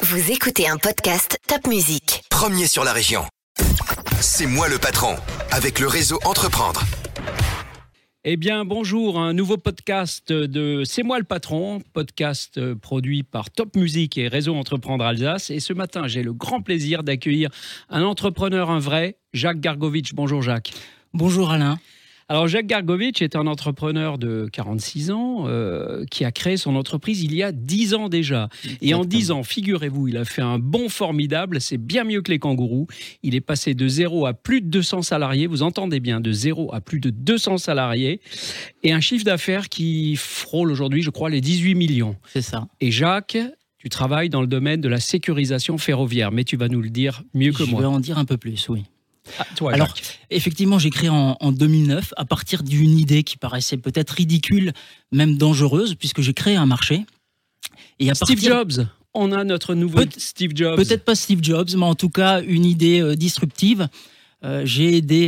Vous écoutez un podcast Top Music. Premier sur la région. C'est moi le patron, avec le réseau Entreprendre. Eh bien, bonjour, un nouveau podcast de C'est moi le patron, podcast produit par Top Music et Réseau Entreprendre Alsace. Et ce matin, j'ai le grand plaisir d'accueillir un entrepreneur, un vrai, Jacques Gargovitch. Bonjour Jacques. Bonjour Alain. Alors Jacques Gargovitch est un entrepreneur de 46 ans qui a créé son entreprise il y a 10 ans déjà. Exactement. Et en 10 ans, figurez-vous, il a fait un bond formidable, c'est bien mieux que les kangourous. Il est passé de 0 à plus de 200 salariés, vous entendez bien, de 0 à plus de 200 salariés, et un chiffre d'affaires qui frôle aujourd'hui, je crois, les 18 millions. C'est ça. Et Jacques, tu travailles dans le domaine de la sécurisation ferroviaire, mais tu vas nous le dire mieux que moi. Je vais en dire un peu plus, oui. Ah, toi, alors, effectivement, j'ai créé en 2009 à partir d'une idée qui paraissait peut-être ridicule, même dangereuse, puisque j'ai créé un marché. Et à Steve Jobs, on a notre nouveau Steve Jobs. Peut-être pas Steve Jobs, mais en tout cas une idée disruptive. J'ai aidé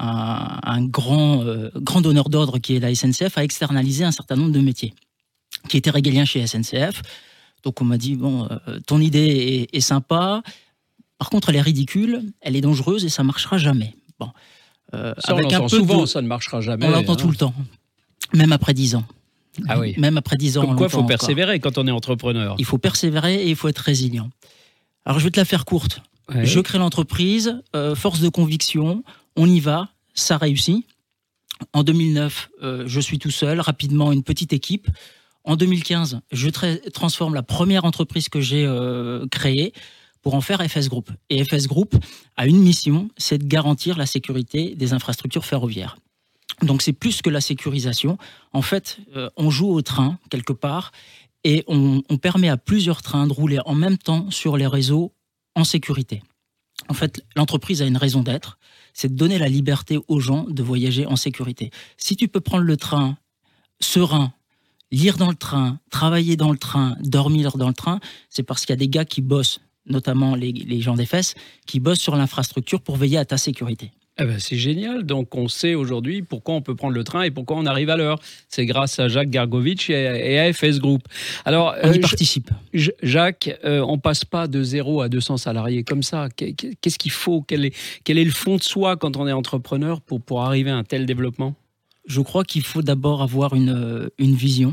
un grand donneur d'ordre qui est la SNCF à externaliser un certain nombre de métiers qui étaient régaliens chez SNCF. Donc on m'a dit, bon, ton idée est sympa. Par contre, elle est ridicule, elle est dangereuse et ça ne marchera jamais. Bon, ça, avec on l'entend souvent, ça ne marchera jamais. On l'entend tout le temps, même après 10 ans. Ah oui. Même après 10 ans. Comme quoi, il faut persévérer quand on est entrepreneur. Il faut persévérer et il faut être résilient. Alors, je vais te la faire courte. Ouais. Je crée l'entreprise, force de conviction, on y va, ça réussit. En 2009, je suis tout seul, rapidement une petite équipe. En 2015, je transforme la première entreprise que j'ai créée pour en faire FS Group. Et FS Group a une mission, c'est de garantir la sécurité des infrastructures ferroviaires. Donc c'est plus que la sécurisation. En fait, on joue au train, quelque part, et on permet à plusieurs trains de rouler en même temps sur les réseaux en sécurité. En fait, l'entreprise a une raison d'être, c'est de donner la liberté aux gens de voyager en sécurité. Si tu peux prendre le train serein, lire dans le train, travailler dans le train, dormir dans le train, c'est parce qu'il y a des gars qui bossent, notamment les gens des fesses, qui bossent sur l'infrastructure pour veiller à ta sécurité. Eh ben c'est génial, donc on sait aujourd'hui pourquoi on peut prendre le train et pourquoi on arrive à l'heure. C'est grâce à Jacques Gargovitch et à FS Group. Alors, on y participe. Jacques, on passe pas de 0 à 200 salariés comme ça. Qu'est-ce qu'il faut ? Quel est le fond de soi quand on est entrepreneur pour arriver à un tel développement ? Je crois qu'il faut d'abord avoir une vision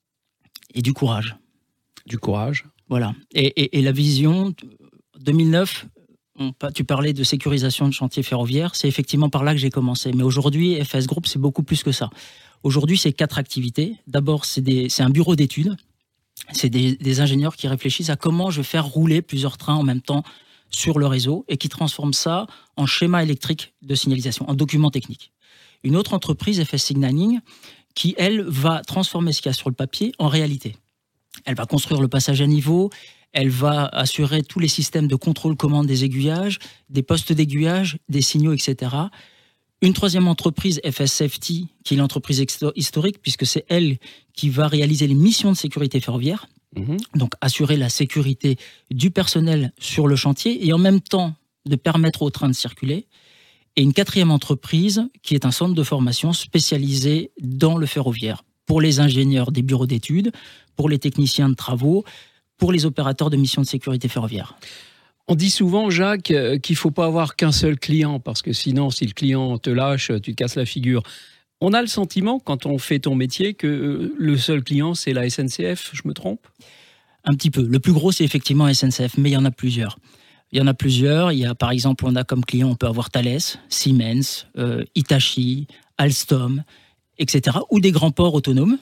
et du courage. Du courage. Voilà. Et la vision, 2009, tu parlais de sécurisation de chantier ferroviaire, c'est effectivement par là que j'ai commencé. Mais aujourd'hui, FS Group, c'est beaucoup plus que ça. Aujourd'hui, c'est 4 activités. D'abord, c'est un bureau d'études. C'est des ingénieurs qui réfléchissent à comment je vais faire rouler plusieurs trains en même temps sur le réseau et qui transforment ça en schéma électrique de signalisation, en document technique. Une autre entreprise, FS Signaling, qui, elle, va transformer ce qu'il y a sur le papier en réalité. Elle va construire le passage à niveau, elle va assurer tous les systèmes de contrôle-commande des aiguillages, des postes d'aiguillage, des signaux, etc. Une troisième entreprise, FS Safety, qui est l'entreprise historique, puisque c'est elle qui va réaliser les missions de sécurité ferroviaire, donc assurer la sécurité du personnel sur le chantier et en même temps de permettre au train de circuler. Et une quatrième entreprise, qui est un centre de formation spécialisé dans le ferroviaire, pour les ingénieurs des bureaux d'études, pour les techniciens de travaux, pour les opérateurs de missions de sécurité ferroviaire. On dit souvent, Jacques, qu'il ne faut pas avoir qu'un seul client, parce que sinon, si le client te lâche, tu te casses la figure. On a le sentiment, quand on fait ton métier, que le seul client, c'est la SNCF, je me trompe ? Un petit peu. Le plus gros, c'est effectivement SNCF, mais il y en a plusieurs. Il y a, par exemple, on a comme client, on peut avoir Thales, Siemens, Hitachi, Alstom, etc. Ou des grands ports autonomes,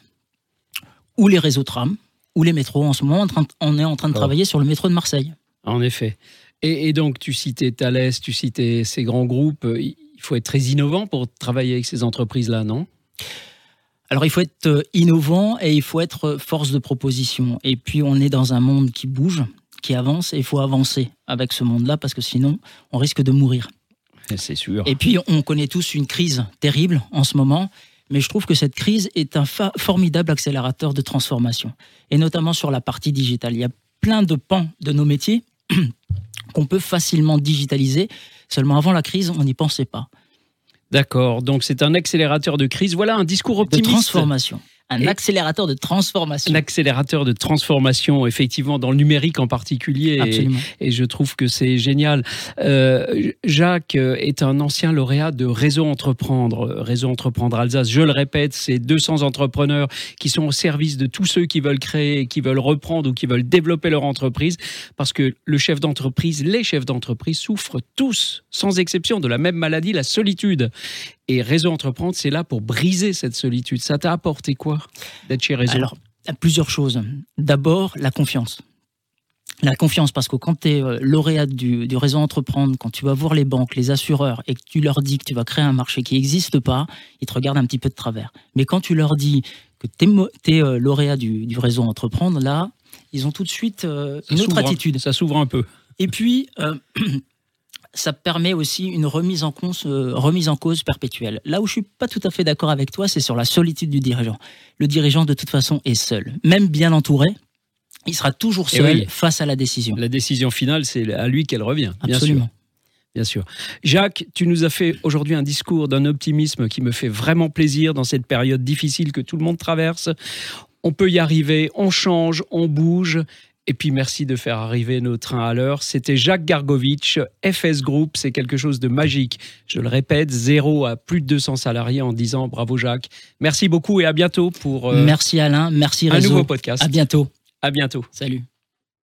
ou les réseaux tram, ou les métros. En ce moment, on est en train de travailler sur le métro de Marseille. En effet. Et donc, tu citais Thales, tu citais ces grands groupes. Il faut être très innovant pour travailler avec ces entreprises-là, non ? Alors, il faut être innovant et il faut être force de proposition. Et puis, on est dans un monde qui bouge, qui avance, et il faut avancer avec ce monde-là parce que sinon, on risque de mourir. C'est sûr. Et puis, on connaît tous une crise terrible en ce moment. Mais je trouve que cette crise est un formidable accélérateur de transformation, et notamment sur la partie digitale. Il y a plein de pans de nos métiers qu'on peut facilement digitaliser, seulement avant la crise, on n'y pensait pas. D'accord, donc c'est un accélérateur de crise. Voilà un discours optimiste. De transformation. Un accélérateur de transformation. Un accélérateur de transformation, effectivement, dans le numérique en particulier. Absolument. Et je trouve que c'est génial. Jacques est un ancien lauréat de Réseau Entreprendre. Réseau Entreprendre Alsace, je le répète, c'est 200 entrepreneurs qui sont au service de tous ceux qui veulent créer, qui veulent reprendre ou qui veulent développer leur entreprise. Parce que les chefs d'entreprise souffrent tous, sans exception, de la même maladie, la solitude. Et Réseau Entreprendre, c'est là pour briser cette solitude. Ça t'a apporté quoi d'être chez Réseau ? Alors, plusieurs choses. D'abord, la confiance. La confiance, parce que quand tu es lauréat du Réseau Entreprendre, quand tu vas voir les banques, les assureurs, et que tu leur dis que tu vas créer un marché qui n'existe pas, ils te regardent un petit peu de travers. Mais quand tu leur dis que tu es lauréat du Réseau Entreprendre, là, ils ont tout de suite une autre attitude. Ça s'ouvre un peu. Et puis... ça permet aussi une remise en cause perpétuelle. Là où je ne suis pas tout à fait d'accord avec toi, c'est sur la solitude du dirigeant. Le dirigeant, de toute façon, est seul. Même bien entouré, il sera toujours seul face à la décision. La décision finale, c'est à lui qu'elle revient. Absolument. Bien sûr. Jacques, tu nous as fait aujourd'hui un discours d'un optimisme qui me fait vraiment plaisir dans cette période difficile que tout le monde traverse. On peut y arriver, on change, on bouge. Et puis, merci de faire arriver nos trains à l'heure. C'était Jacques Gargovitch, FS Group. C'est quelque chose de magique. Je le répète, 0 à plus de 200 salariés en 10 ans. Bravo, Jacques. Merci beaucoup et à bientôt pour merci Alain, merci Réseau. Un nouveau podcast. À bientôt. À bientôt. Salut.